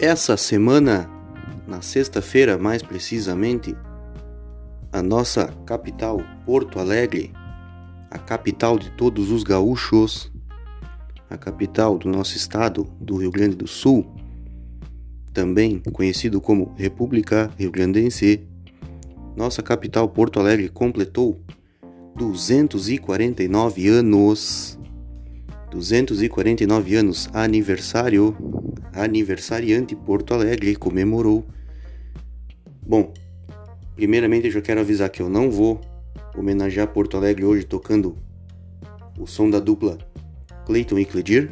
Essa semana, na sexta-feira mais precisamente, a nossa capital, Porto Alegre, a capital de todos os gaúchos, a capital do nosso estado, do Rio Grande do Sul, também conhecido como República Rio-Grandense, nossa capital, Porto Alegre, completou 249 anos. 249 anos, aniversariante Porto Alegre comemorou. Bom, primeiramente eu já quero avisar que eu não vou homenagear Porto Alegre hoje tocando o som da dupla Clayton e Cledir.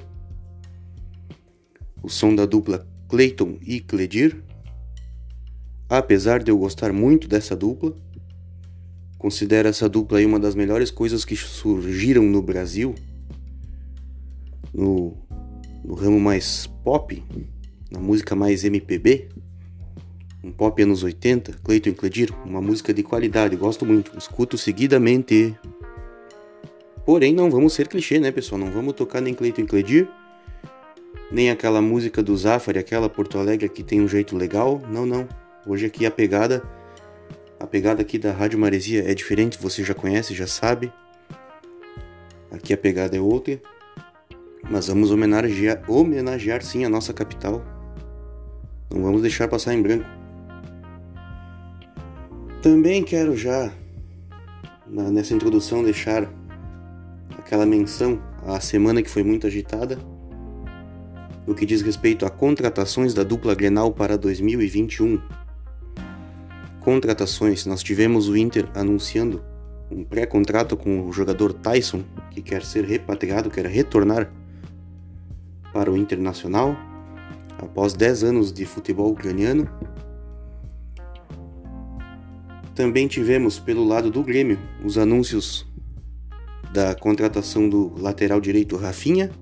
O som da dupla Clayton e Cledir. Apesar de eu gostar muito dessa dupla, considero essa dupla aí uma das melhores coisas que surgiram no Brasil, no ramo mais pop, na música mais MPB, um pop anos 80, Clayton e Cledir, uma música de qualidade, gosto muito, escuto seguidamente. Porém, não vamos ser clichê, né, pessoal? Não vamos tocar nem Clayton e Cledir, nem aquela música do Zafari, aquela Porto Alegre que tem um jeito legal. Não. Hoje aqui a pegada aqui da Rádio Maresia é diferente, você já conhece, já sabe. Aqui a pegada é outra. Mas vamos homenagear sim a nossa capital. Não vamos deixar passar em branco. Também quero já, nessa introdução, deixar aquela menção à semana que foi muito agitada no que diz respeito a contratações da dupla Grenal para 2021. Contratações, nós tivemos o Inter anunciando um pré-contrato com o jogador Tyson, que quer ser repatriado, quer retornar para o Internacional após 10 anos de futebol ucraniano. Também tivemos pelo lado do Grêmio os anúncios da contratação do lateral direito Rafinha.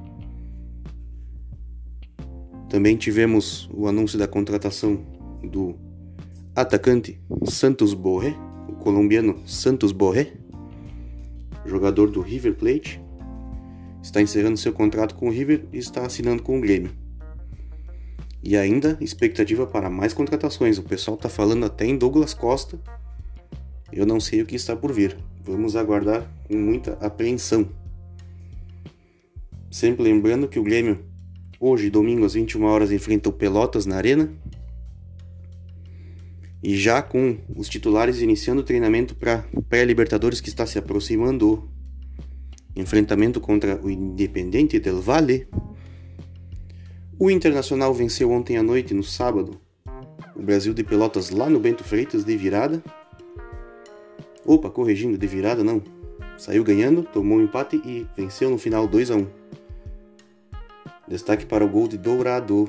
Também tivemos o anúncio da contratação do atacante Santos Borré, o colombiano Santos Borré, jogador do River Plate. Está encerrando seu contrato com o River e está assinando com o Grêmio. E ainda expectativa para mais contratações. O pessoal está falando até em Douglas Costa. Eu não sei o que está por vir. Vamos aguardar com muita apreensão. Sempre lembrando que o Grêmio, hoje, domingo, às 21 horas, enfrenta o Pelotas na Arena. E já com os titulares iniciando o treinamento para pré-Libertadores que está se aproximando. Enfrentamento contra o Independiente del Valle. O Internacional venceu ontem à noite, no sábado, o Brasil de Pelotas lá no Bento Freitas de virada. Corrigindo, de virada não. Saiu ganhando, tomou um empate e venceu no final 2-1. Destaque para o gol de Dourado.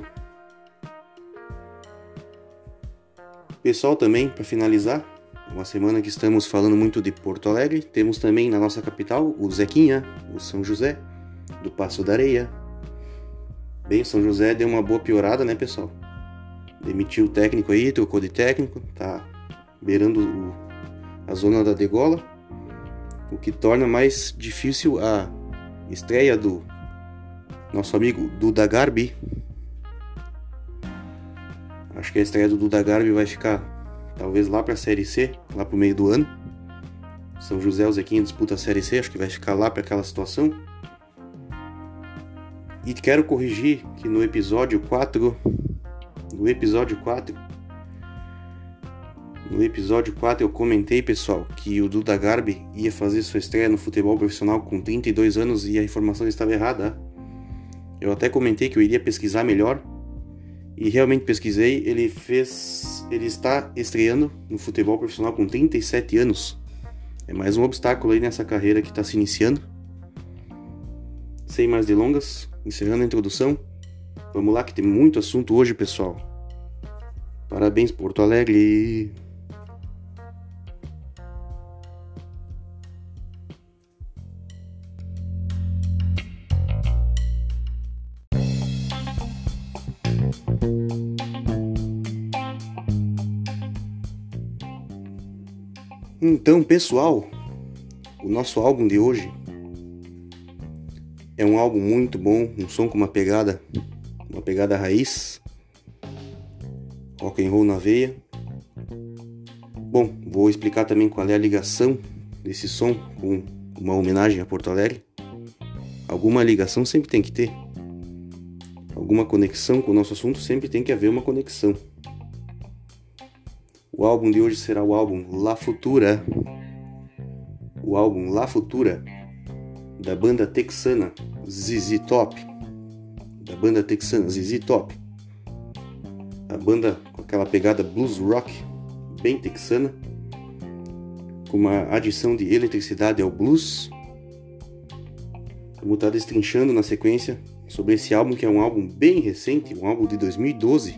Pessoal, também, para finalizar, uma semana que estamos falando muito de Porto Alegre, temos também na nossa capital o Zequinha, o São José, do Passo da Areia. Bem, o São José deu uma boa piorada, né, pessoal? Demitiu o técnico aí, trocou de técnico, tá beirando a zona da degola, o que torna mais difícil a estreia do nosso amigo Duda Garbi. Acho que a estreia do Duda Garbi vai ficar talvez lá para a Série C, lá para o meio do ano. São José, o Zequinha disputa a Série C, acho que vai ficar lá para aquela situação. E quero corrigir que no episódio 4 eu comentei, pessoal, que o Duda Garbi ia fazer sua estreia no futebol profissional com 32 anos e a informação estava errada. Eu até comentei que eu iria pesquisar melhor e realmente pesquisei, ele está estreando no futebol profissional com 37 anos. É mais um obstáculo aí nessa carreira que está se iniciando. Sem mais delongas, encerrando a introdução, vamos lá que tem muito assunto hoje, pessoal. Parabéns, Porto Alegre! Então, pessoal, o nosso álbum de hoje é um álbum muito bom, um som com uma pegada raiz, rock and roll na veia. Bom, vou explicar também qual é a ligação desse som com uma homenagem a Porto Alegre. Alguma ligação sempre tem que ter. Alguma conexão com o nosso assunto sempre tem que haver uma conexão. O álbum de hoje será o álbum La Futura. O álbum La Futura da banda texana ZZ Top. A banda com aquela pegada blues rock bem texana, com uma adição de eletricidade ao blues. Vamos estar destrinchando na sequência sobre esse álbum, que é um álbum bem recente, um álbum de 2012.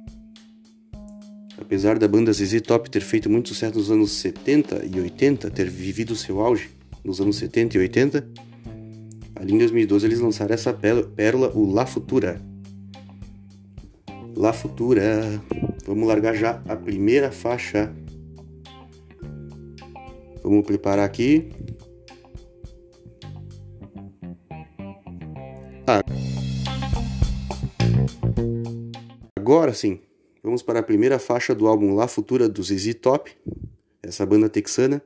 Apesar da banda ZZ Top ter feito muito sucesso nos anos 70 e 80, ter vivido seu auge nos anos 70 e 80, ali em 2012 eles lançaram essa pérola, o La Futura. La Futura. Vamos largar já a primeira faixa. Vamos preparar aqui. Agora sim, vamos para a primeira faixa do álbum La Futura do ZZ Top, essa banda texana.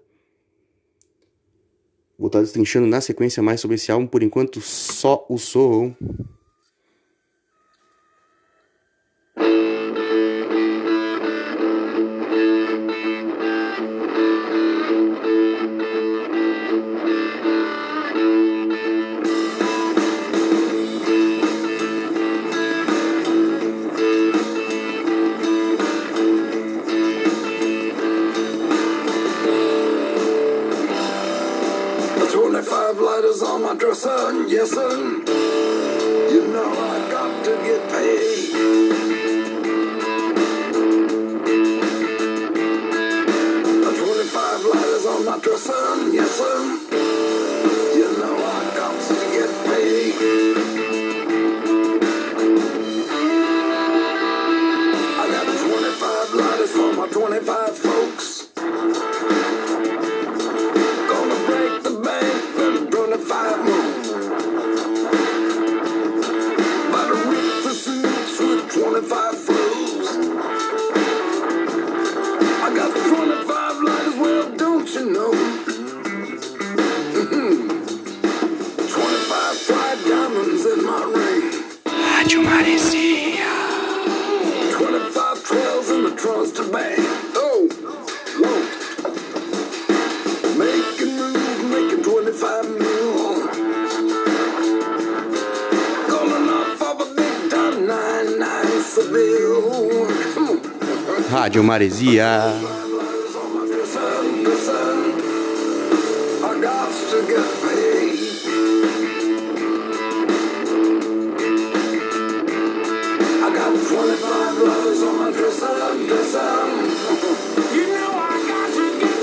Vou estar destrinchando na sequência mais sobre esse álbum, por enquanto só o som. On my dresser, yes sir. You know I got to get paid. 25 lighters on my dresser, yes sir. You know I got to get paid. I got 25 lighters for my 25 folks. Gonna break the bank and 25 more. About to rip the suits with 25 flows. I got 25 lighters, well, don't you know? 25 fried diamonds in my ring. Rádio Maresia. 25 12s in the trunks to bang. Oh, whoa. Making moves, making 25 mil. Going off of a big time 99 Seville. Rádio Maresia. I got to get paid. I got 25 lovers on my dresser. You know I got to get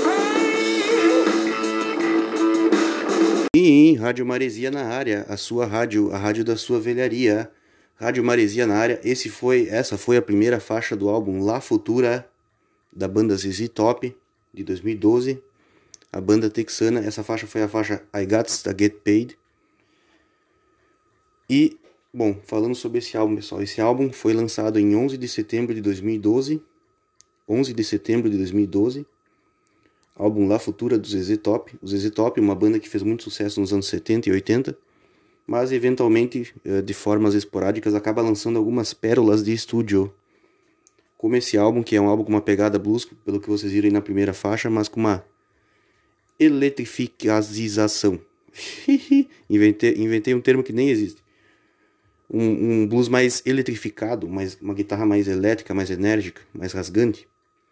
paid. Sim, Rádio Maresia na área, a sua rádio, a rádio da sua velharia. Rádio Maresia na área. Essa foi a primeira faixa do álbum La Futura da banda ZZ Top de 2012. A banda texana, essa faixa foi a faixa I Got to Get Paid. E, bom, falando sobre esse álbum, pessoal, esse álbum foi lançado em 11 de setembro de 2012. 11 de setembro de 2012. Álbum La Futura do ZZ Top. O ZZ Top, uma banda que fez muito sucesso nos anos 70 e 80, mas eventualmente, de formas esporádicas, acaba lançando algumas pérolas de estúdio. Como esse álbum, que é um álbum com uma pegada blues, pelo que vocês viram aí na primeira faixa, mas com uma eletrificazização. Inventei um termo que nem existe. Um blues mais eletrificado, uma guitarra mais elétrica, mais enérgica, mais rasgante.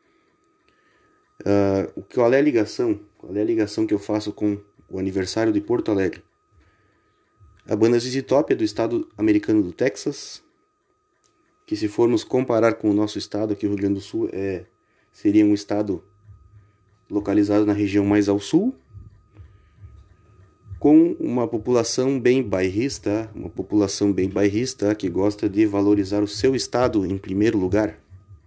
Qual é a ligação? Qual é a ligação que eu faço com o aniversário de Porto Alegre? A banda ZZ Top é do estado americano do Texas, que, se formos comparar com o nosso estado aqui, o Rio Grande do Sul, seria um estado localizado na região mais ao sul, com uma população bem bairrista, que gosta de valorizar o seu estado em primeiro lugar.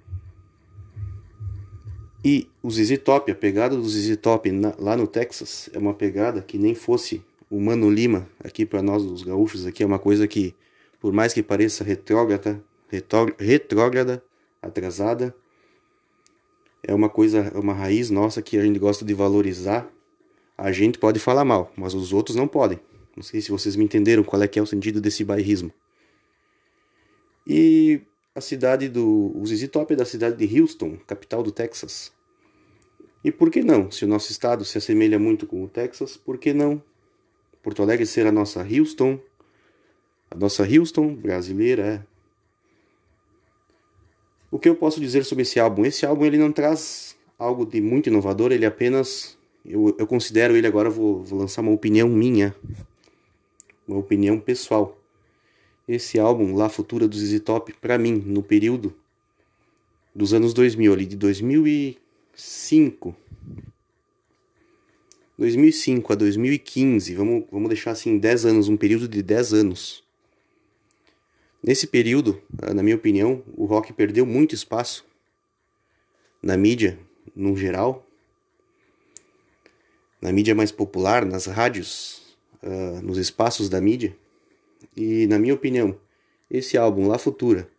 E o ZZ Top, a pegada do ZZ Top lá no Texas, é uma pegada que nem fosse o Mano Lima, aqui para nós os gaúchos, aqui é uma coisa que, por mais que pareça retrógrada, atrasada. É uma coisa, é uma raiz nossa que a gente gosta de valorizar. A gente pode falar mal, mas os outros não podem. Não sei se vocês me entenderam qual é que é o sentido desse bairrismo. E a cidade o ZZ Top é da cidade de Houston, capital do Texas. E por que não? Se o nosso estado se assemelha muito com o Texas, por que não Porto Alegre ser a nossa Houston brasileira? O que eu posso dizer sobre esse álbum? Esse álbum ele não traz algo de muito inovador, ele apenas... Eu considero ele agora, vou lançar uma opinião minha, uma opinião pessoal. Esse álbum, La Futura do ZZ Top, pra mim, no período dos anos 2000, ali de 2005 a 2015, vamos deixar assim 10 anos, um período de 10 anos. Nesse período, na minha opinião, o rock perdeu muito espaço na mídia, no geral, na mídia mais popular, nas rádios, nos espaços da mídia. E, na minha opinião, esse álbum, La Futura,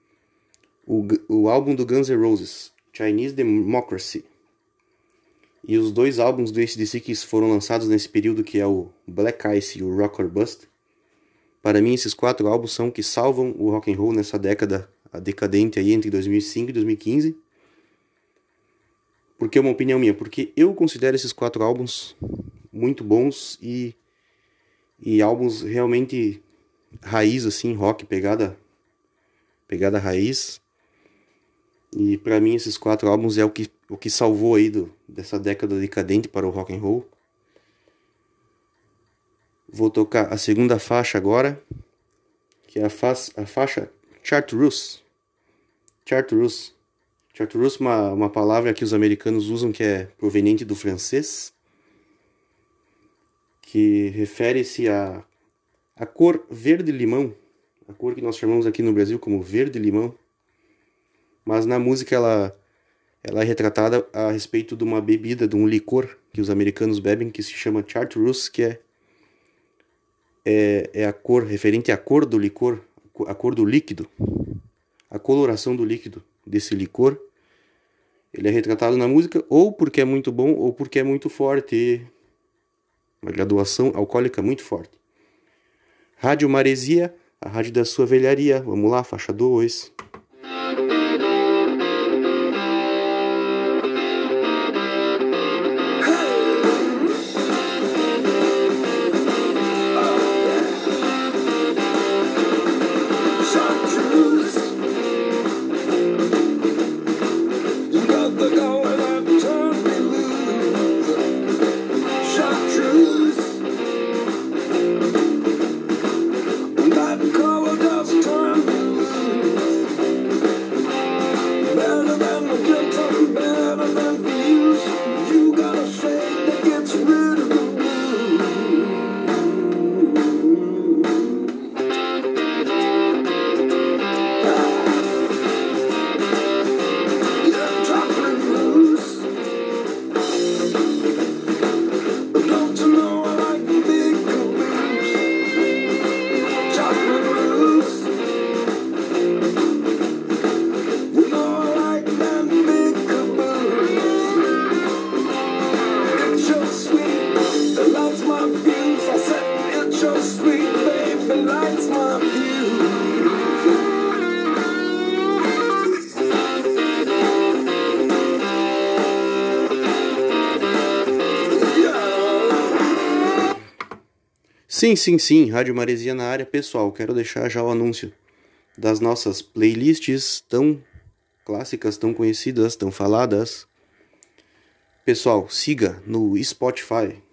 o álbum do Guns N' Roses, Chinese Democracy, e os dois álbuns do AC/DC que foram lançados nesse período, que é o Black Ice e o Rock or Bust, para mim esses 4 álbuns são que salvam o rock and roll nessa década decadente aí entre 2005 e 2015. Por que uma opinião minha? Porque eu considero esses 4 álbuns muito bons e álbuns realmente raiz, assim, rock, pegada raiz. E pra mim esses 4 álbuns é o que salvou aí dessa década decadente para o rock and roll. Vou tocar a segunda faixa agora, que é a faixa Chartreuse. Chartreuse, uma palavra que os americanos usam que é proveniente do francês, que refere-se à cor verde-limão, a cor que nós chamamos aqui no Brasil como verde-limão, mas na música ela é retratada a respeito de uma bebida, de um licor que os americanos bebem, que se chama Chartreuse, que é a cor, referente à cor do licor, a cor do líquido, a coloração do líquido desse licor. Ele é retratado na música ou porque é muito bom ou porque é muito forte, uma graduação alcoólica muito forte. Rádio Maresia, a rádio da sua velharia. Vamos lá, faixa 2. Sim, Rádio Maresia na área. Pessoal, quero deixar já o anúncio das nossas playlists tão clássicas, tão conhecidas, tão faladas. Pessoal, siga no Spotify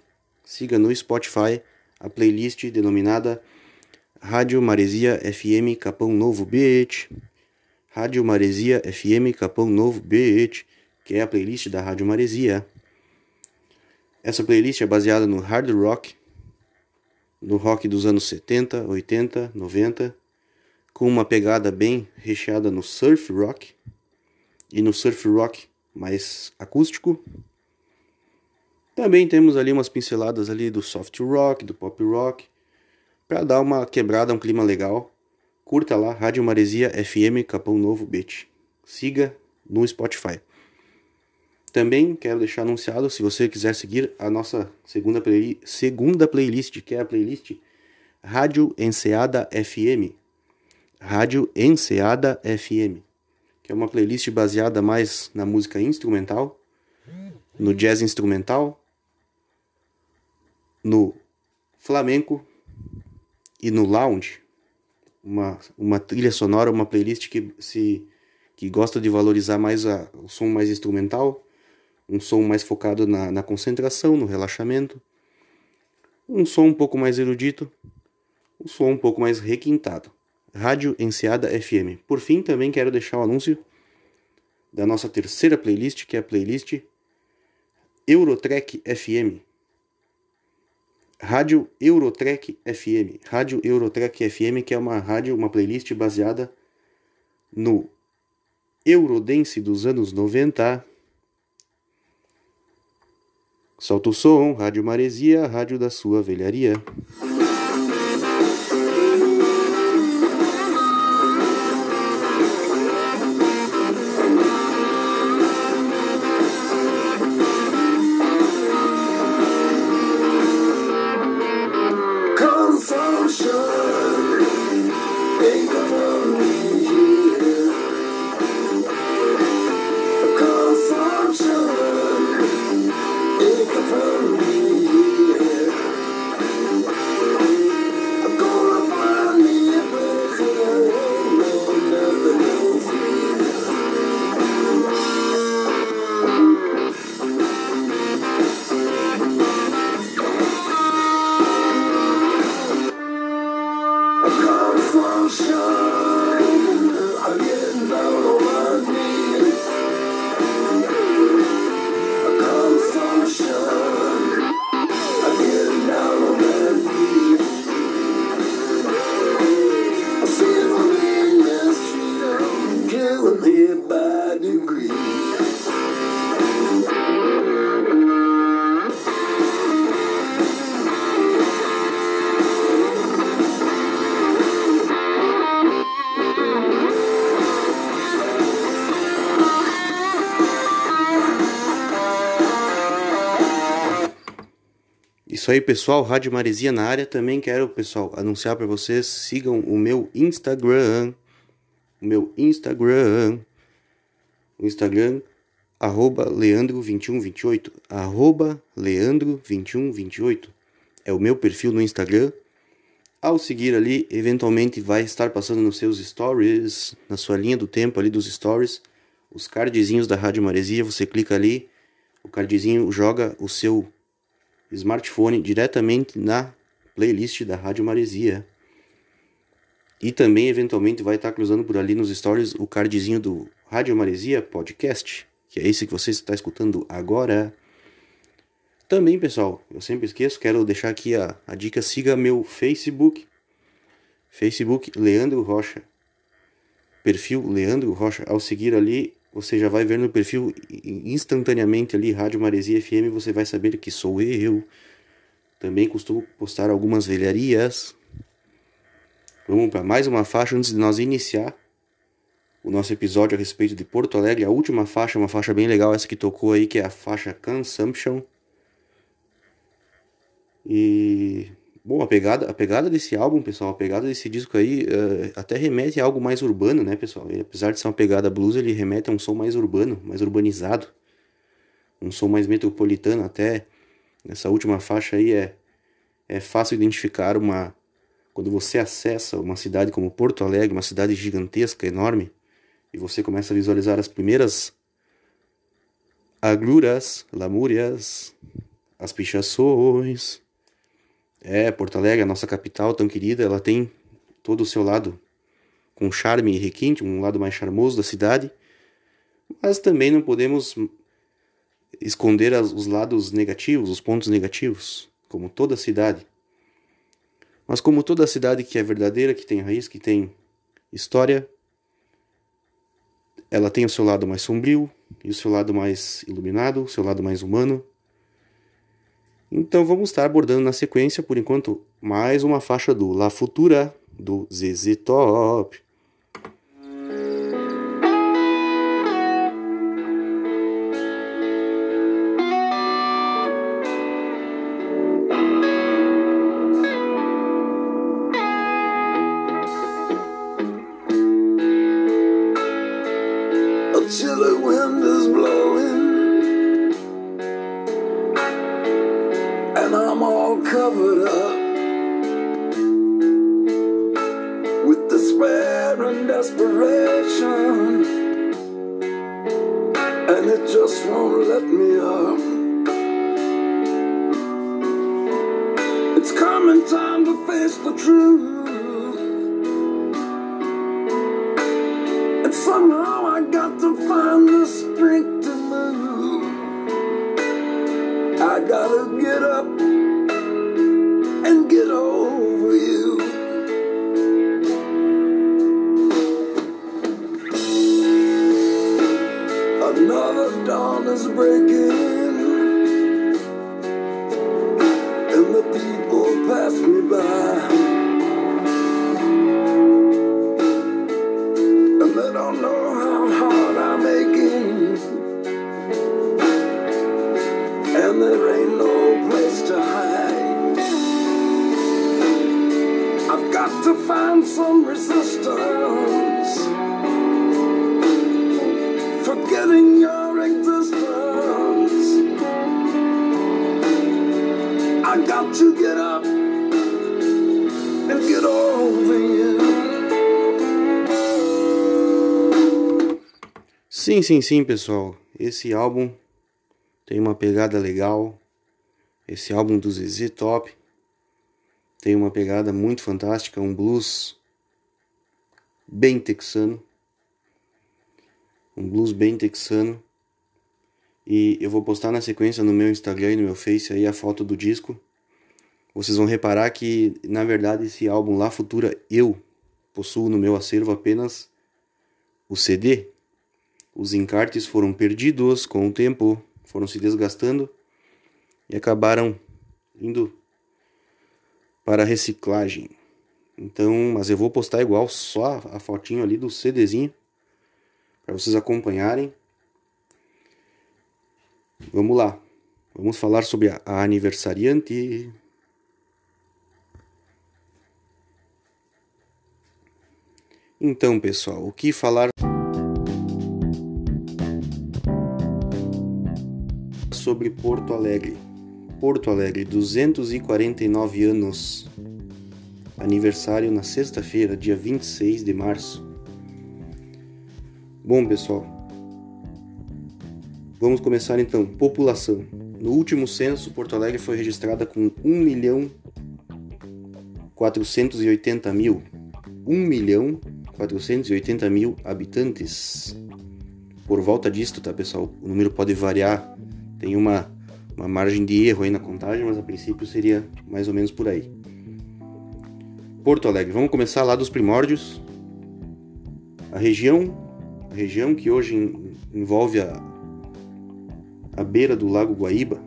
a playlist denominada Rádio Maresia FM Capão Novo Beach. Rádio Maresia FM Capão Novo Beach, que é a playlist da Rádio Maresia. Essa playlist é baseada no hard rock, no rock dos anos 70, 80, 90, com uma pegada bem recheada no surf rock e no surf rock mais acústico. Também temos ali umas pinceladas ali do soft rock, do pop rock, para dar uma quebrada, um clima legal. Curta lá, Rádio Maresia FM Capão Novo Beach. siga no Spotify. Também quero deixar anunciado, se você quiser seguir a nossa segunda playlist, que é a playlist Rádio Enseada FM. Rádio Enseada FM, que é uma playlist baseada mais na música instrumental, no jazz instrumental, no flamenco e no lounge. Uma trilha sonora, uma playlist que gosta de valorizar mais o som mais instrumental, um som mais focado na concentração, no relaxamento, um som um pouco mais erudito, um som um pouco mais requintado. Rádio Enseada FM. Por fim, também quero deixar o anúncio da nossa terceira playlist, que é a playlist Eurotrack FM. Rádio Eurotrack FM. Rádio Eurotrack FM, que é uma playlist baseada no Eurodance dos anos 90. Solta o som, Rádio Maresia, rádio da sua velharia. Isso aí, pessoal, Rádio Maresia na área. Também quero, pessoal, anunciar para vocês, sigam o meu Instagram, o Instagram, @Leandro2128, @Leandro2128, é o meu perfil no Instagram. Ao seguir ali, eventualmente vai estar passando nos seus stories, na sua linha do tempo ali dos stories, os cardzinhos da Rádio Maresia. Você clica ali, o cardzinho joga o seu smartphone diretamente na playlist da Rádio Maresia. E também, eventualmente, vai estar cruzando por ali nos stories o cardzinho do Rádio Maresia Podcast, que é esse que você está escutando agora. Também, pessoal, eu sempre esqueço, quero deixar aqui a dica, siga meu Facebook Leandro Rocha, perfil Leandro Rocha. Ao seguir ali, você já vai ver no perfil instantaneamente ali, Rádio Maresia FM, você vai saber que sou eu. Também costumo postar algumas velharias. Vamos para mais uma faixa antes de nós iniciar o nosso episódio a respeito de Porto Alegre. A última faixa, uma faixa bem legal, essa que tocou aí, que é a faixa Consumption. E, bom, a pegada desse álbum, pessoal, a pegada desse disco aí até remete a algo mais urbano, né, pessoal? E, apesar de ser uma pegada blues, ele remete a um som mais urbano, mais urbanizado, um som mais metropolitano. Até nessa última faixa aí é fácil identificar quando você acessa uma cidade como Porto Alegre, uma cidade gigantesca, enorme, e você começa a visualizar as primeiras agruras, lamúrias, as pichações. Porto Alegre, a nossa capital tão querida, ela tem todo o seu lado com charme e requinte, um lado mais charmoso da cidade, mas também não podemos esconder os lados negativos, os pontos negativos, como toda cidade. Mas como toda cidade que é verdadeira, que tem raiz, que tem história, ela tem o seu lado mais sombrio e o seu lado mais iluminado, o seu lado mais humano. Então vamos estar abordando na sequência, por enquanto, mais uma faixa do La Futura, do ZZ Top. and I'm all covered up with despair and desperation, and it just won't let me up. It's coming time to face the truth, and somehow I got to find the strength to move. I gotta get up and get over you. Another dawn is breaking, and the people pass me by, and they don't know how hard I'm aching, and there ain't no place to hide. I've got to find some resistance, forgetting your existence. I got to get up and get over you. Sim, pessoal. Esse álbum tem uma pegada legal. Esse álbum do ZZ Top tem uma pegada muito fantástica, um blues bem texano. Um blues bem texano. E eu vou postar na sequência no meu Instagram e no meu Face aí a foto do disco. Vocês vão reparar que, na verdade, esse álbum La Futura eu possuo no meu acervo apenas o CD. Os encartes foram perdidos com o tempo, foram se desgastando e acabaram indo para a reciclagem. Então, mas eu vou postar igual, só a fotinho ali do CDzinho, para vocês acompanharem. Vamos lá. Vamos falar sobre a aniversariante. Então, pessoal, o que falar sobre Porto Alegre? Porto Alegre, 249 anos. Aniversário na sexta-feira, dia 26 de março. Bom, pessoal, vamos começar então. População. No último censo, Porto Alegre foi registrada com 1.480.000. 1.480.000 habitantes. Por volta disto, tá, pessoal? O número pode variar. Tem uma margem de erro aí na contagem, mas a princípio seria mais ou menos por aí. Porto Alegre. Vamos começar lá dos primórdios. A região que hoje envolve a beira do Lago Guaíba,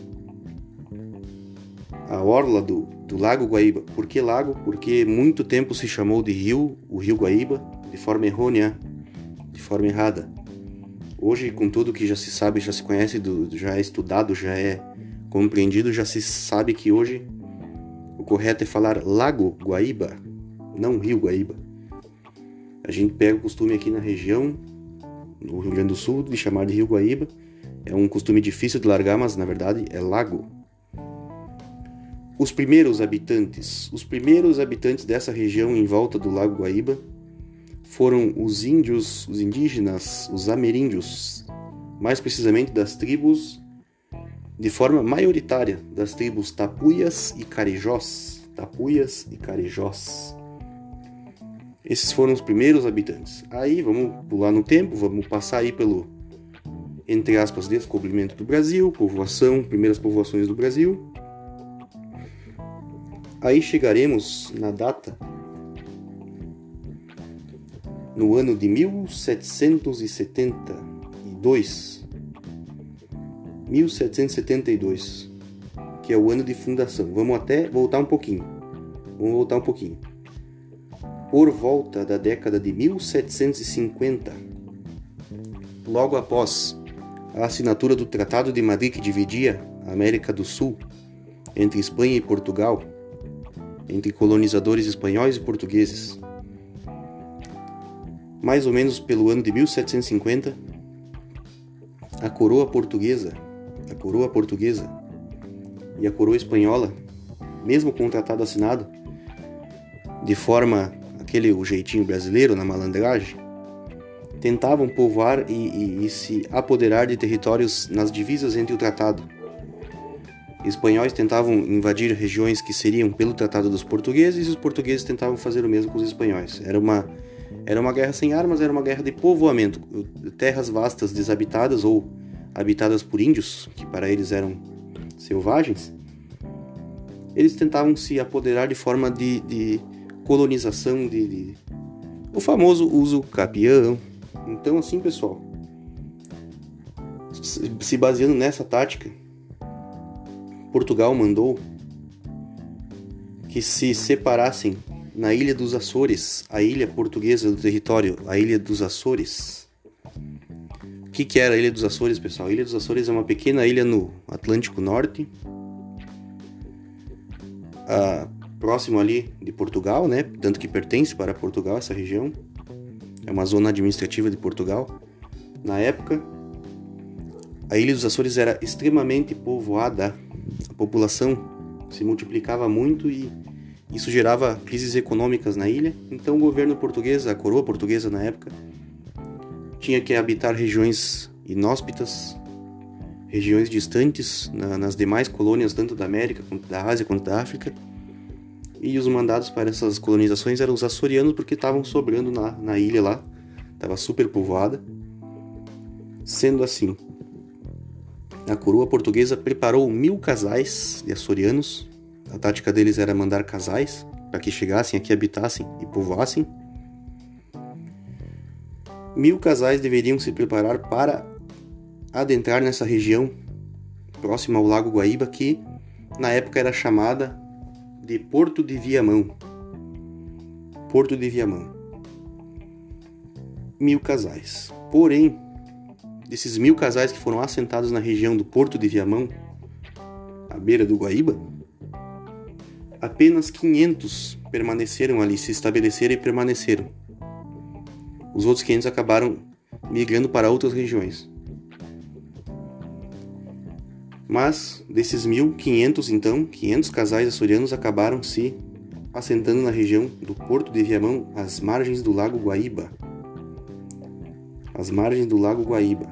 a orla do Lago Guaíba. Por que lago? Porque muito tempo se chamou de rio, o Rio Guaíba, de forma errônea, de forma errada. Hoje, com tudo que já se sabe, já se conhece, já é estudado, já é compreendido, já se sabe que hoje o correto é falar Lago Guaíba, não Rio Guaíba. A gente pega o costume aqui na região, no Rio Grande do Sul, de chamar de Rio Guaíba. É um costume difícil de largar, mas na verdade é lago. Os primeiros habitantes dessa região em volta do Lago Guaíba foram os índios, os indígenas, os ameríndios, mais precisamente das tribos, de forma maioritária, das tribos Tapuias e Carijós. Esses foram os primeiros habitantes. Aí vamos pular no tempo, vamos passar aí pelo, entre aspas, descobrimento do Brasil, primeiras povoações do Brasil. Aí chegaremos na data, no ano de 1772. 1772, que é o ano de fundação. Vamos voltar um pouquinho. Por volta da década de 1750, logo após a assinatura do Tratado de Madrid, que dividia a América do Sul entre Espanha e Portugal, entre colonizadores espanhóis e portugueses, mais ou menos pelo ano de 1750, a coroa portuguesa e a coroa espanhola, mesmo com o tratado assinado, de forma, o jeitinho brasileiro, na malandragem, tentavam povoar e se apoderar de territórios nas divisas entre o tratado. Espanhóis tentavam invadir regiões que seriam pelo tratado dos portugueses, e os portugueses tentavam fazer o mesmo com os espanhóis. Era uma guerra sem armas, era uma guerra de povoamento. Terras vastas desabitadas ou habitadas por índios, que para eles eram selvagens, eles tentavam se apoderar de forma de colonização, o famoso uso capião. Então, assim, pessoal, se baseando nessa tática, Portugal mandou que se separassem na Ilha dos Açores, a ilha portuguesa do território, a Ilha dos Açores. O que era a Ilha dos Açores, pessoal? A Ilha dos Açores é uma pequena ilha no Atlântico Norte, próximo ali de Portugal, né? Tanto que pertence para Portugal essa região. É uma zona administrativa de Portugal. Na época, a Ilha dos Açores era extremamente povoada. A população se multiplicava muito e isso gerava crises econômicas na ilha. Então o governo português, a coroa portuguesa na época, tinha que habitar regiões inóspitas, regiões distantes nas demais colônias, tanto da América, quanto da Ásia, quanto da África. E os mandados para essas colonizações eram os açorianos, porque estavam sobrando na ilha lá. Estava super povoada. Sendo assim, a coroa portuguesa preparou 1000 casais de açorianos. A tática deles era mandar casais para que chegassem aqui, habitassem e povoassem. 1000 casais deveriam se preparar para adentrar nessa região próxima ao Lago Guaíba, que na época era chamada de Porto de Viamão. Porto de Viamão. 1000 casais. Porém, desses 1000 casais que foram assentados na região do Porto de Viamão, à beira do Guaíba, apenas 500 permaneceram ali, se estabeleceram e permaneceram. Os outros 500 acabaram migrando para outras regiões. Mas, desses 1.500, então, 500 casais açorianos acabaram se assentando na região do Porto de Viamão, às margens do Lago Guaíba. Às margens do Lago Guaíba.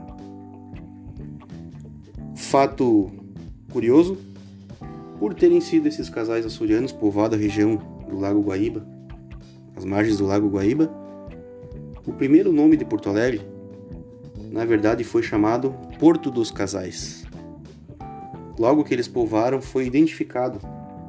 Fato curioso, por terem sido esses casais açorianos povoado a região do Lago Guaíba, às margens do Lago Guaíba, o primeiro nome de Porto Alegre, na verdade, foi chamado Porto dos Casais. Logo que eles povoaram, foi identificado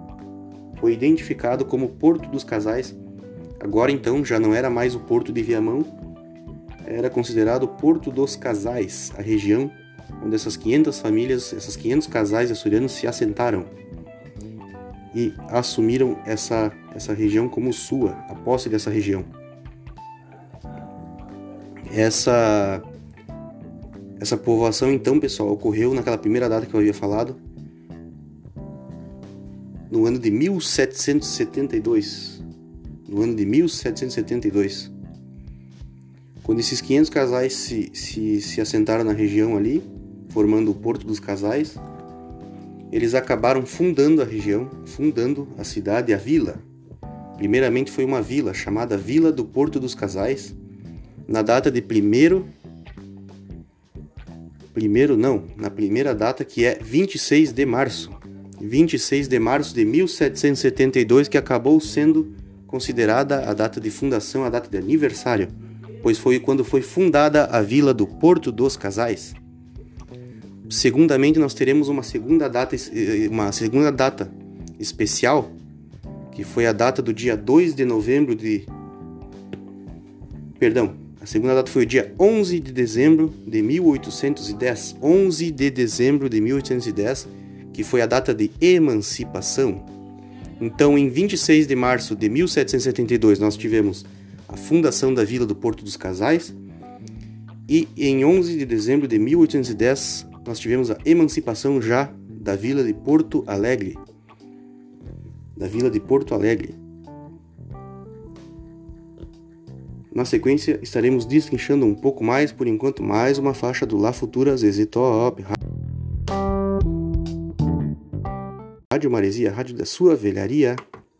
como Porto dos Casais. Agora então já não era mais o Porto de Viamão, era considerado Porto dos Casais, a região onde essas 500 famílias, esses 500 casais açorianos se assentaram e assumiram essa região como sua, a posse dessa região. Essa povoação, então, pessoal, ocorreu naquela primeira data que eu havia falado, no ano de 1772. No ano de 1772. Quando esses 500 casais se assentaram na região ali, formando o Porto dos Casais, eles acabaram fundando a região, fundando a cidade, a vila. Primeiramente foi uma vila chamada Vila do Porto dos Casais, na data de na primeira data, que é 26 de março. 26 de março de 1772, que acabou sendo considerada a data de fundação, a data de aniversário, pois foi quando foi fundada a Vila do Porto dos Casais. Segundamente, nós teremos uma segunda data especial, que foi a data do dia 2 de novembro de... A segunda data foi o dia 11 de dezembro de 1810. 11 de dezembro de 1810, que foi a data de emancipação. Então, em 26 de março de 1772, nós tivemos a fundação da Vila do Porto dos Casais. E em 11 de dezembro de 1810, nós tivemos a emancipação já da Vila de Porto Alegre. Da Vila de Porto Alegre. Na sequência, estaremos destrinchando um pouco mais, por enquanto, mais uma faixa do La Futura ZZ Top. Rádio Maresia, a rádio da sua velharia.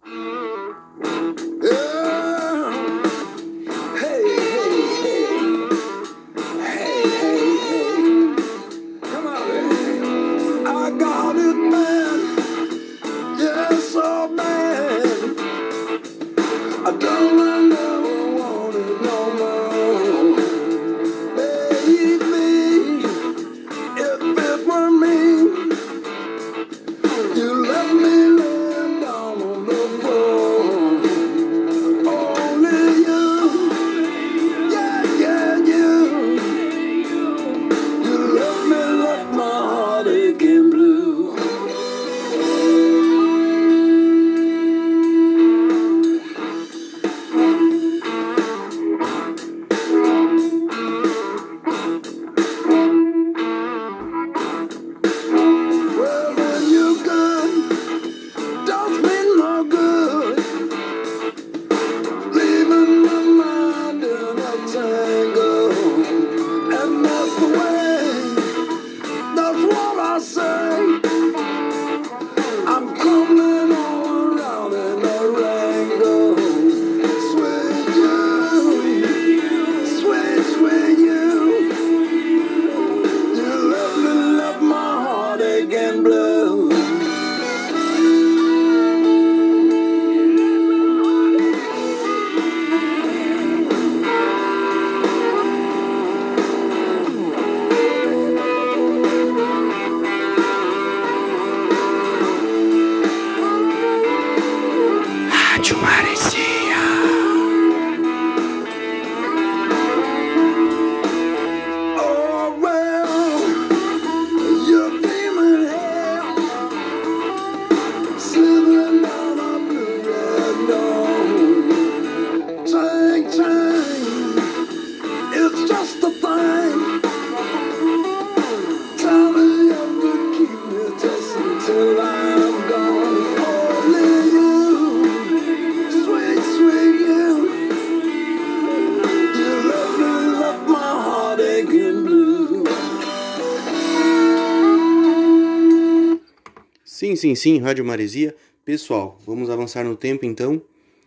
Sim, Rádio Maresia. Pessoal, vamos avançar no tempo então.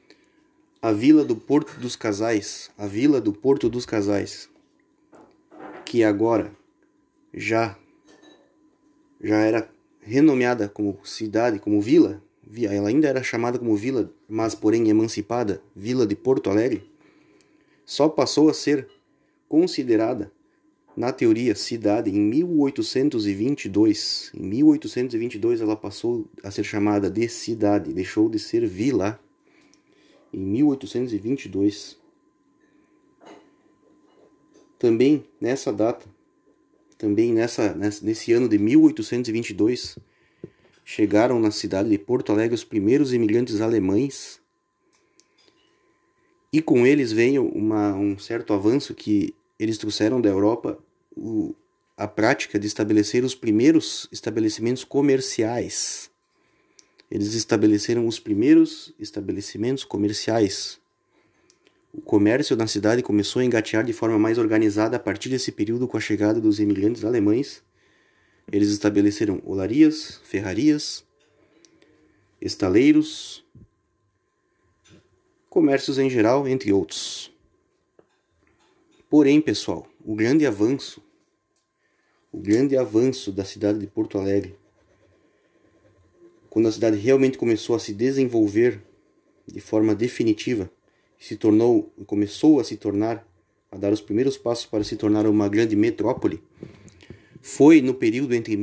A Vila do Porto dos Casais. A Vila do Porto dos Casais. Que agora já era renomeada como cidade, como vila. Ela ainda era chamada como vila, mas porém emancipada, Vila de Porto Alegre. Só passou a ser considerada, na teoria, cidade em 1822. Em 1822 ela passou a ser chamada de cidade, deixou de ser vila. Em 1822. Também nessa data, nesse ano de 1822, chegaram na cidade de Porto Alegre os primeiros imigrantes alemães. E com eles veio um certo avanço que eles trouxeram da Europa, a prática de estabelecer os primeiros estabelecimentos comerciais. Eles estabeleceram os primeiros estabelecimentos comerciais. O comércio na cidade começou a engatear de forma mais organizada a partir desse período com a chegada dos imigrantes alemães. Eles estabeleceram olarias, ferrarias, estaleiros, comércios em geral, entre outros. Porém, pessoal, o grande avanço da cidade de Porto Alegre, quando a cidade realmente começou a se desenvolver de forma definitiva, começou a se tornar, a dar os primeiros passos para se tornar uma grande metrópole, foi no período entre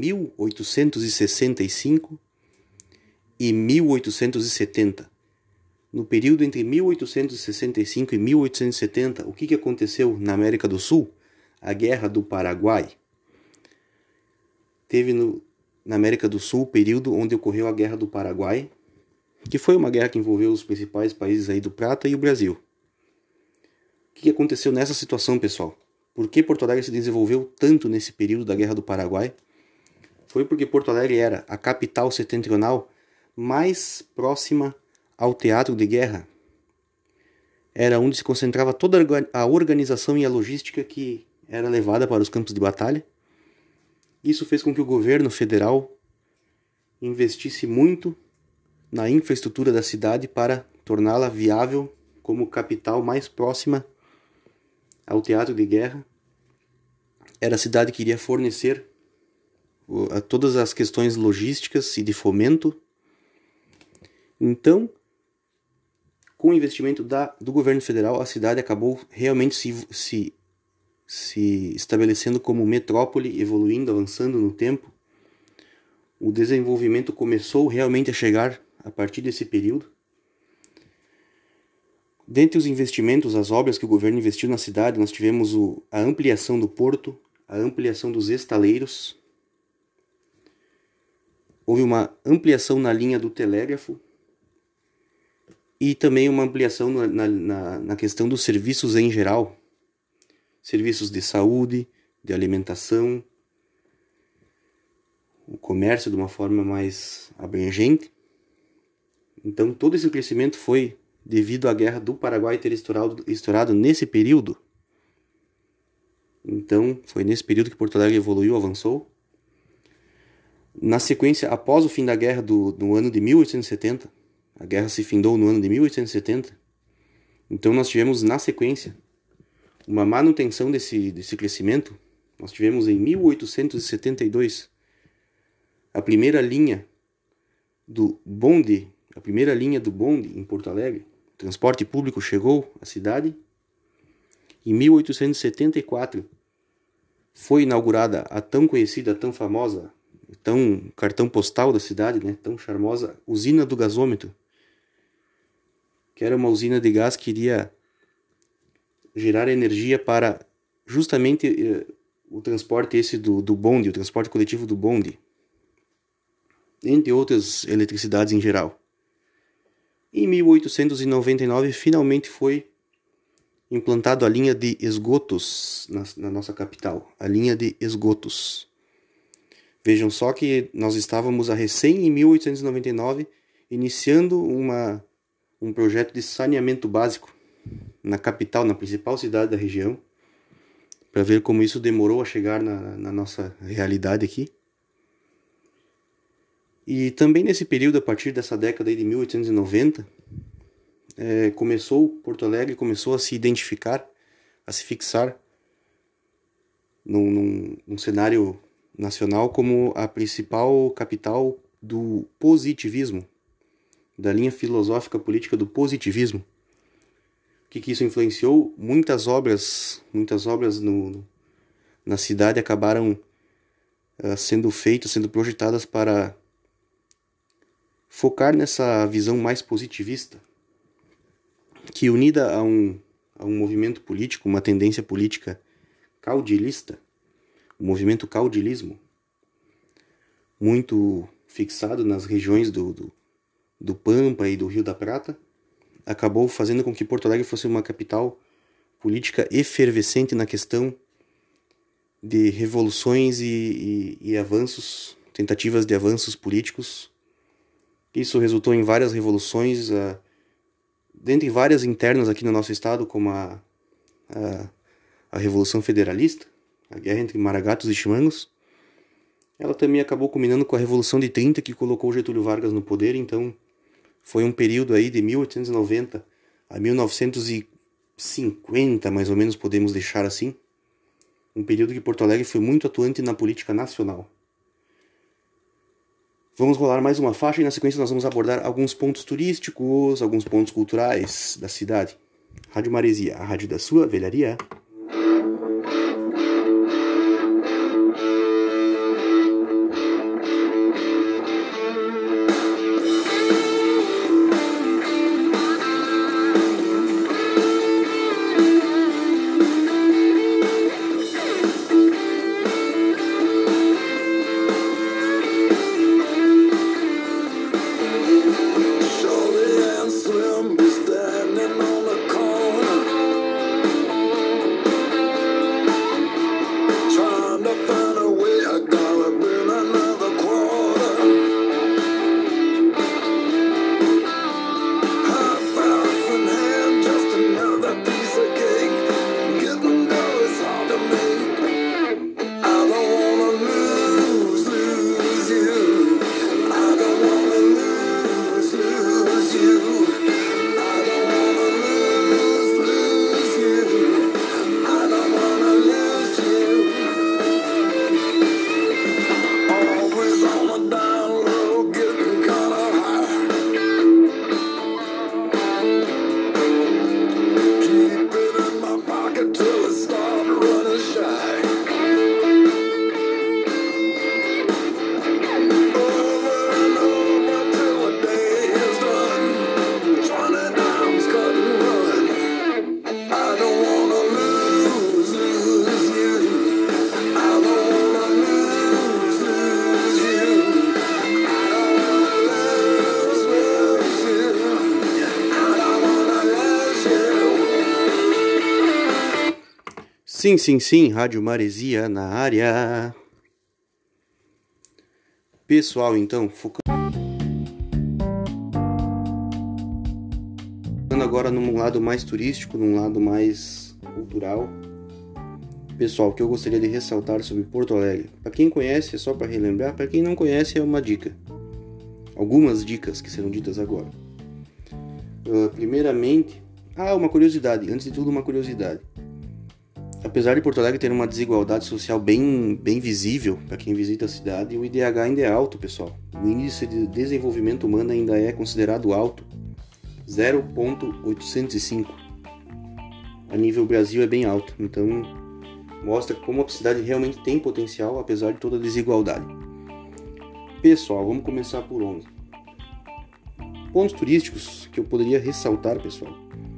1865 e 1870. No período entre 1865 e 1870, o que aconteceu na América do Sul? A Guerra do Paraguai. Teve na América do Sul o período onde ocorreu a Guerra do Paraguai, que foi uma guerra que envolveu os principais países aí do Prata e o Brasil. O que aconteceu nessa situação, pessoal? Por que Porto Alegre se desenvolveu tanto nesse período da Guerra do Paraguai? Foi porque Porto Alegre era a capital setentrional mais próxima ao teatro de guerra. Era onde se concentrava toda a organização e a logística que era levada para os campos de batalha. Isso fez com que o governo federal investisse muito na infraestrutura da cidade para torná-la viável como capital mais próxima ao teatro de guerra. Era a cidade que iria fornecer a todas as questões logísticas e de fomento. Então, com o investimento do governo federal, a cidade acabou realmente se estabelecendo como metrópole, evoluindo, avançando no tempo. O desenvolvimento começou realmente a chegar a partir desse período. Dentre os investimentos, as obras que o governo investiu na cidade, nós tivemos a ampliação do porto, a ampliação dos estaleiros. Houve uma ampliação na linha do telégrafo e também uma ampliação na questão dos serviços em geral. Serviços de saúde, de alimentação, o comércio de uma forma mais abrangente. Então todo esse crescimento foi devido à Guerra do Paraguai ter estourado nesse período. Então foi nesse período que Porto Alegre evoluiu, avançou. Na sequência, após o fim da guerra do ano de 1870, a guerra se findou no ano de 1870, então nós tivemos na sequência uma manutenção desse crescimento. Nós tivemos em 1872 a primeira linha do bonde em Porto Alegre. O transporte público chegou à cidade. Em 1874 foi inaugurada a tão conhecida, tão famosa, tão cartão postal da cidade, né, tão charmosa usina do gasômetro, que era uma usina de gás que iria gerar energia para justamente o transporte do bonde, o transporte coletivo do bonde, entre outras eletricidades em geral. Em 1899 finalmente foi implantado a linha de esgotos na nossa capital, a linha de esgotos. Vejam só que nós estávamos em 1899, iniciando um projeto de saneamento básico na capital, na principal cidade da região, para ver como isso demorou a chegar na nossa realidade aqui. E também nesse período, a partir dessa década de 1890, Porto Alegre começou a se identificar, a se fixar num cenário nacional como a principal capital do positivismo, da linha filosófica política do positivismo. O que isso influenciou? Muitas obras na cidade acabaram sendo projetadas para focar nessa visão mais positivista, que unida a um movimento político, uma tendência política caudilista, o movimento caudilismo, muito fixado nas regiões do Pampa e do Rio da Prata, acabou fazendo com que Porto Alegre fosse uma capital política efervescente na questão de revoluções e avanços, tentativas de avanços políticos. Isso resultou em várias revoluções, dentre várias internas aqui no nosso estado, como a Revolução Federalista, a guerra entre Maragatos e Chimangos. Ela também acabou culminando com a Revolução de 30, que colocou Getúlio Vargas no poder. Então foi um período aí de 1890 a 1950, mais ou menos, podemos deixar assim, um período que Porto Alegre foi muito atuante na política nacional. Vamos rolar mais uma faixa e na sequência nós vamos abordar alguns pontos turísticos, alguns pontos culturais da cidade. Rádio Maresia, a rádio da sua velharia. Shorty and Slim be standing on the corner. Sim, sim, sim, Rádio Maresia na área. Pessoal, então, focando agora num lado mais turístico, num lado mais cultural. Pessoal, o que eu gostaria de ressaltar sobre Porto Alegre. Para quem conhece, é só para relembrar. Para quem não conhece, é uma dica. Algumas dicas que serão ditas agora. Primeiramente, uma curiosidade. Antes de tudo, uma curiosidade. Apesar de Porto Alegre ter uma desigualdade social bem visível para quem visita a cidade, o IDH ainda é alto, pessoal. O índice de desenvolvimento humano ainda é considerado alto, 0,805. A nível Brasil é bem alto, então mostra como a cidade realmente tem potencial, apesar de toda a desigualdade. Pessoal, vamos começar por onde? Pontos turísticos que eu poderia ressaltar, pessoal.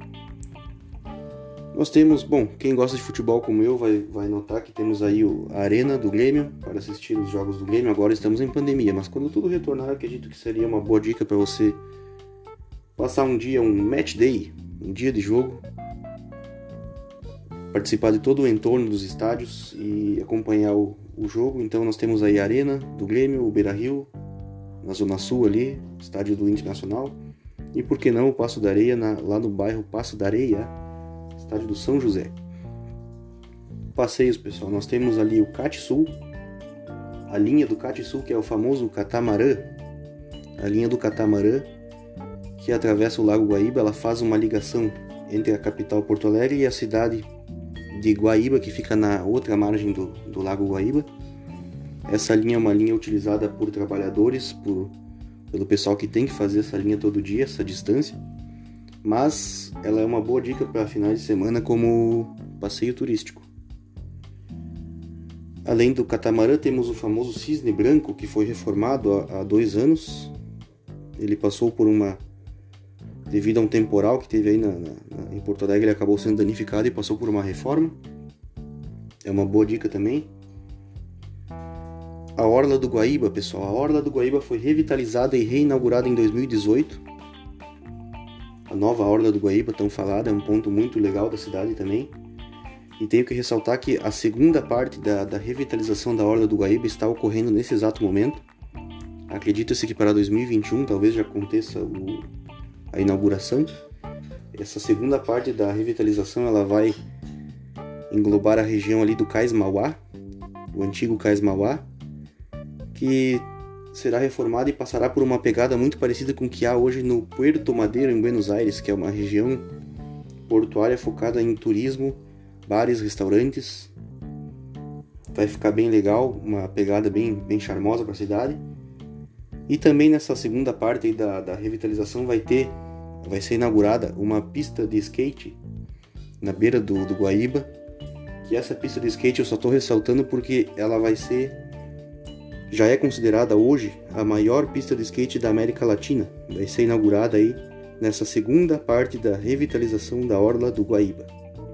Nós temos, quem gosta de futebol como eu vai notar que temos aí a Arena do Grêmio para assistir os jogos do Grêmio. Agora estamos em pandemia, mas quando tudo retornar, acredito que seria uma boa dica para você passar um dia, um match day, um dia de jogo, participar de todo o entorno dos estádios e acompanhar o jogo. Então nós temos aí a Arena do Grêmio, o Beira-Rio, na Zona Sul ali, estádio do Internacional, e por que não o Paço da Areia, lá no bairro Paço da Areia, estádio do São José. Passeios, pessoal, nós temos ali o Cate Sul, a linha do Cate Sul, que é o famoso catamarã, a linha do catamarã que atravessa o Lago Guaíba. Ela faz uma ligação entre a capital Porto Alegre e a cidade de Guaíba, que fica na outra margem do Lago Guaíba. Essa linha é uma linha utilizada por trabalhadores, pelo pessoal que tem que fazer essa linha todo dia, essa distância, mas ela é uma boa dica para finais de semana como passeio turístico. Além do catamarã, temos o famoso Cisne Branco, que foi reformado há 2 anos. Ele passou devido a um temporal que teve aí em Porto Alegre, ele acabou sendo danificado e passou por uma reforma. É uma boa dica também. A Orla do Guaíba, pessoal. A Orla do Guaíba foi revitalizada e reinaugurada em 2018. A nova Orla do Guaíba, tão falada, é um ponto muito legal da cidade também. E tenho que ressaltar que a segunda parte da revitalização da Orla do Guaíba está ocorrendo nesse exato momento. Acredita-se que para 2021 talvez já aconteça a inauguração. Essa segunda parte da revitalização ela vai englobar a região ali do Cais Mauá, o antigo Cais Mauá, que será reformada e passará por uma pegada muito parecida com o que há hoje no Puerto Madero, em Buenos Aires, que é uma região portuária focada em turismo, bares, restaurantes. Vai ficar bem legal, uma pegada bem charmosa para a cidade. E também nessa segunda parte aí da revitalização vai ser inaugurada uma pista de skate na beira do Guaíba, que essa pista de skate eu só estou ressaltando porque ela já é considerada hoje a maior pista de skate da América Latina. Vai ser inaugurada aí nessa segunda parte da revitalização da Orla do Guaíba.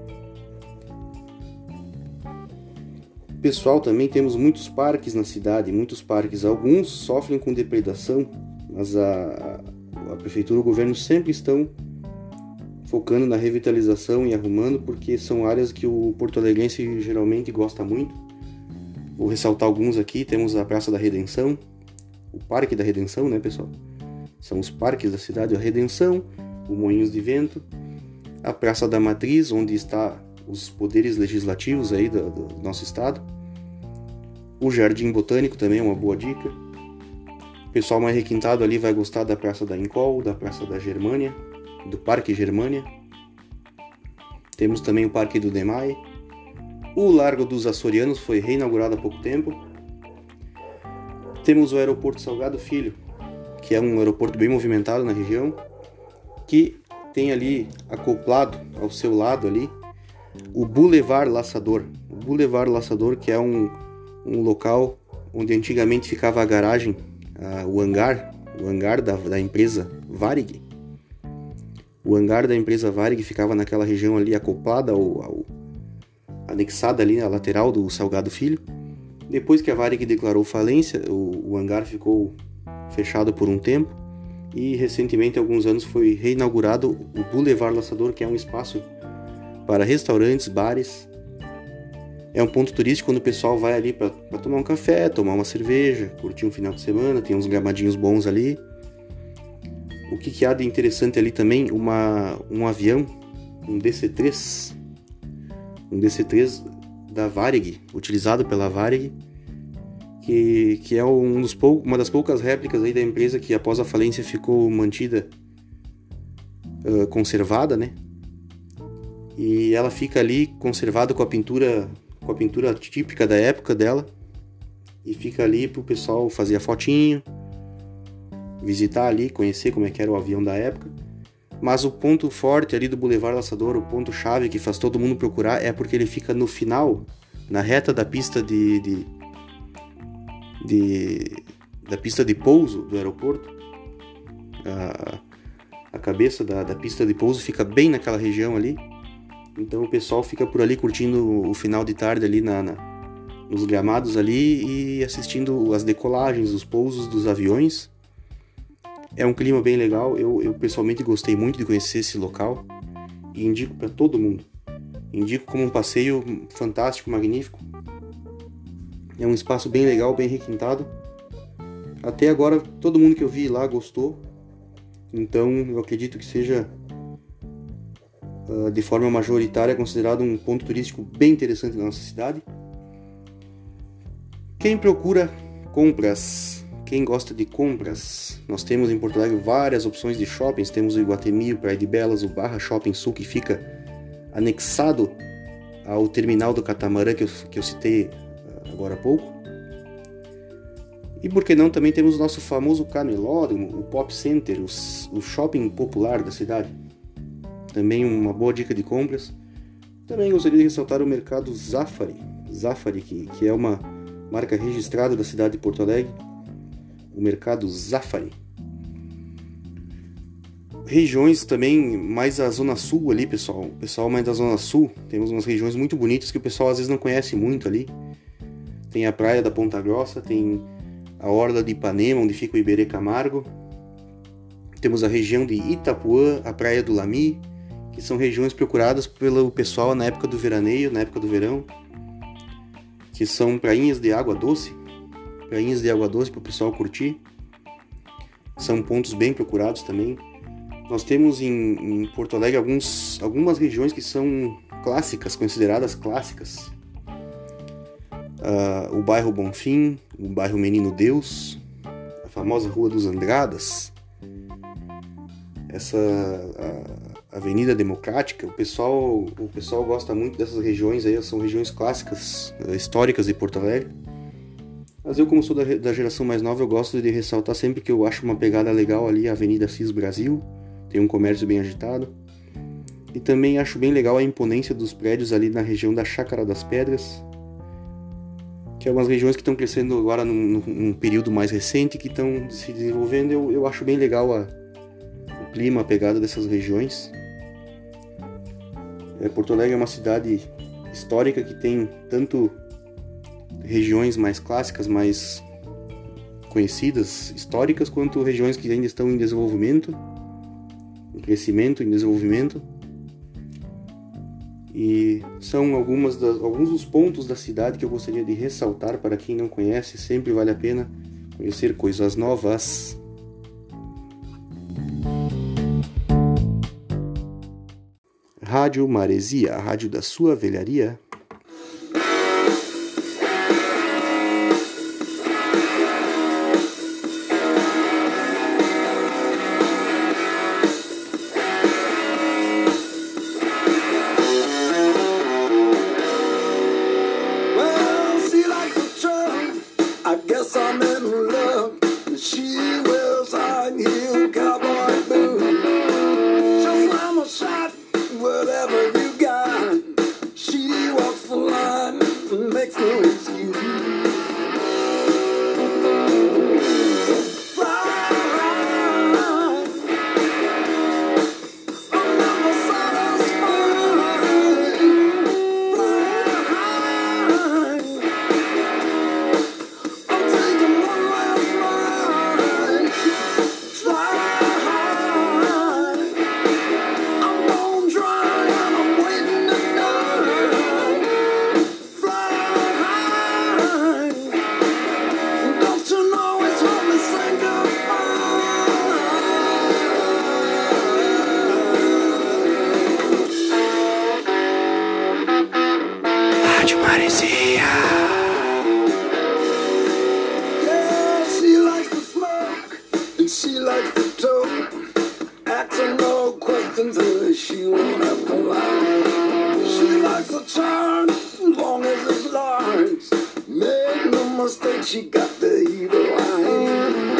Pessoal, também temos muitos parques na cidade, muitos parques. Alguns sofrem com depredação, mas a prefeitura e o governo sempre estão focando na revitalização e arrumando, porque são áreas que o porto-alegrense geralmente gosta muito. Vou ressaltar alguns aqui. Temos a Praça da Redenção, o Parque da Redenção, né, pessoal? São os parques da cidade, a Redenção, o Moinhos de Vento, a Praça da Matriz, onde está os poderes legislativos aí do nosso estado. O Jardim Botânico também é uma boa dica. O pessoal mais requintado ali vai gostar da Praça da Encol, da Praça da Germânia, do Parque Germânia. Temos também o Parque do Demai. O Largo dos Açorianos foi reinaugurado há pouco tempo. Temos o Aeroporto Salgado Filho, que é um aeroporto bem movimentado na região, que tem ali acoplado ao seu lado ali o Boulevard Laçador. O Boulevard Laçador, que é um local onde antigamente ficava a garagem, o hangar da empresa Varig. O hangar da empresa Varig ficava naquela região ali acoplada anexada ali na lateral do Salgado Filho. Depois que a Varig declarou falência, o hangar ficou fechado por um tempo e recentemente, há alguns anos, foi reinaugurado o Boulevard Laçador, que é um espaço para restaurantes, bares É um ponto turístico quando o pessoal vai ali para tomar um café, tomar uma cerveja, curtir um final de semana, tem uns gramadinhos bons ali. O que há de interessante ali também, um avião, um DC-3 da Varig, utilizado pela Varig, que é uma das poucas réplicas aí da empresa que após a falência ficou mantida, conservada, né? E ela fica ali conservada com a pintura típica da época dela, e fica ali pro pessoal fazer a fotinho, visitar ali, conhecer como é que era o avião da época. Mas o ponto forte ali do Boulevard Laçador, o ponto chave que faz todo mundo procurar, é porque ele fica no final, na reta da pista da pista de pouso do aeroporto. A cabeça da pista de pouso fica bem naquela região ali. Então o pessoal fica por ali curtindo o final de tarde ali nos gramados ali e assistindo as decolagens, os pousos dos aviões. É um clima bem legal. Eu pessoalmente gostei muito de conhecer esse local e indico para todo mundo. Indico como um passeio fantástico, magnífico. É um espaço bem legal, bem requintado. Até agora todo mundo que eu vi lá gostou. Então eu acredito que seja de forma majoritária considerado um ponto turístico bem interessante na nossa cidade. Quem procura compras, quem gosta de compras, nós temos em Porto Alegre várias opções de shoppings. Temos o Iguatemi, o Praia de Belas, o Barra Shopping Sul, que fica anexado ao terminal do Catamarã que eu citei agora há pouco. E por que não, também temos o nosso famoso Canelódromo, o Pop Center, o shopping popular da cidade. Também uma boa dica de compras. Também gostaria de ressaltar o mercado Zafari, que é uma marca registrada da cidade de Porto Alegre. O mercado Zafari. Regiões também, mais a Zona Sul ali, pessoal. O pessoal mais da Zona Sul, temos umas regiões muito bonitas que o pessoal às vezes não conhece muito ali. Tem a praia da Ponta Grossa, tem a orla de Ipanema, onde fica o Iberê Camargo. Temos a região de Itapuã, a praia do Lami, que são regiões procuradas pelo pessoal na época do veraneio, na época do verão, que são prainhas de água doce para o pessoal curtir. São pontos bem procurados também. Nós temos em Porto Alegre algumas regiões que são clássicas, consideradas clássicas. O bairro Bonfim, o bairro Menino Deus, a famosa Rua dos Andradas, a Avenida Democrática. O pessoal gosta muito dessas regiões aí, são regiões clássicas, históricas de Porto Alegre. Mas eu, como sou da geração mais nova, eu gosto de ressaltar sempre que eu acho uma pegada legal ali a Avenida Assis Brasil, tem um comércio bem agitado. E também acho bem legal a imponência dos prédios ali na região da Chácara das Pedras, que é umas regiões que estão crescendo agora num período mais recente, que estão se desenvolvendo. Eu acho bem legal o clima, a pegada dessas regiões. Porto Alegre é uma cidade histórica que tem tanto regiões mais clássicas, mais conhecidas, históricas, quanto regiões que ainda estão em desenvolvimento, em crescimento, em desenvolvimento. E são alguns dos pontos da cidade que eu gostaria de ressaltar para quem não conhece. Sempre vale a pena conhecer coisas novas. Rádio Maresia, a rádio da sua velharia. Whatever you got, she won't likes to talk, asking no questions unless she won't have to lie. She likes a chance as long as it's large. Make no mistake, she got the evil eye.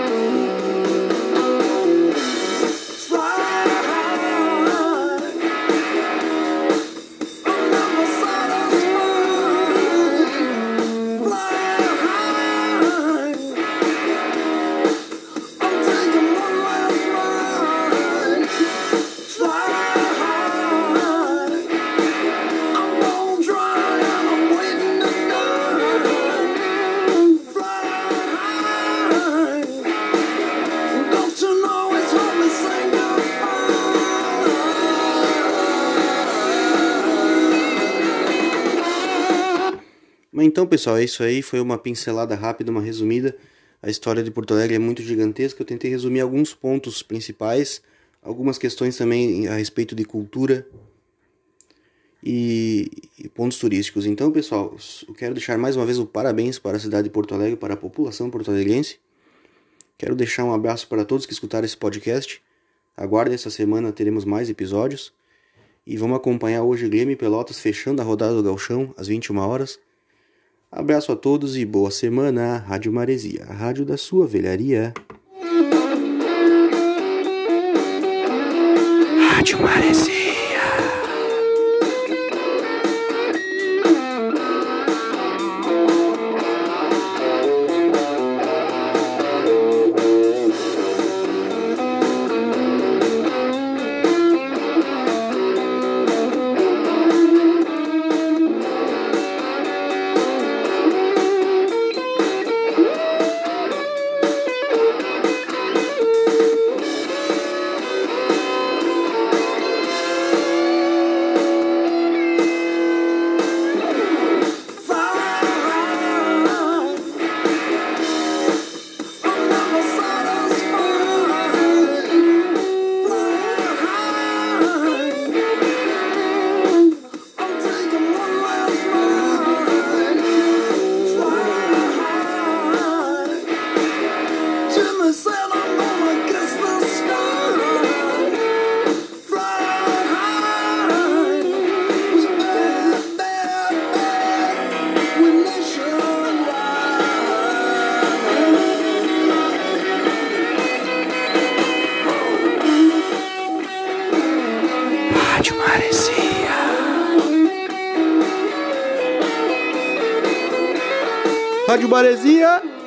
Mas então, pessoal, é isso aí. Foi uma pincelada rápida, uma resumida. A história de Porto Alegre é muito gigantesca. Eu tentei resumir alguns pontos principais, algumas questões também a respeito de cultura e pontos turísticos. Então, pessoal, eu quero deixar mais uma vez o parabéns para a cidade de Porto Alegre, para a população porto-alegrense. Quero deixar um abraço para todos que escutaram esse podcast. Aguardem, essa semana teremos mais episódios. E vamos acompanhar hoje Grêmio e Pelotas fechando a rodada do Gauchão às 21 horas. Abraço a todos e boa semana. Rádio Maresia, a rádio da sua velharia. Rádio Maresia. Rádio Maresia. Rádio Maresia.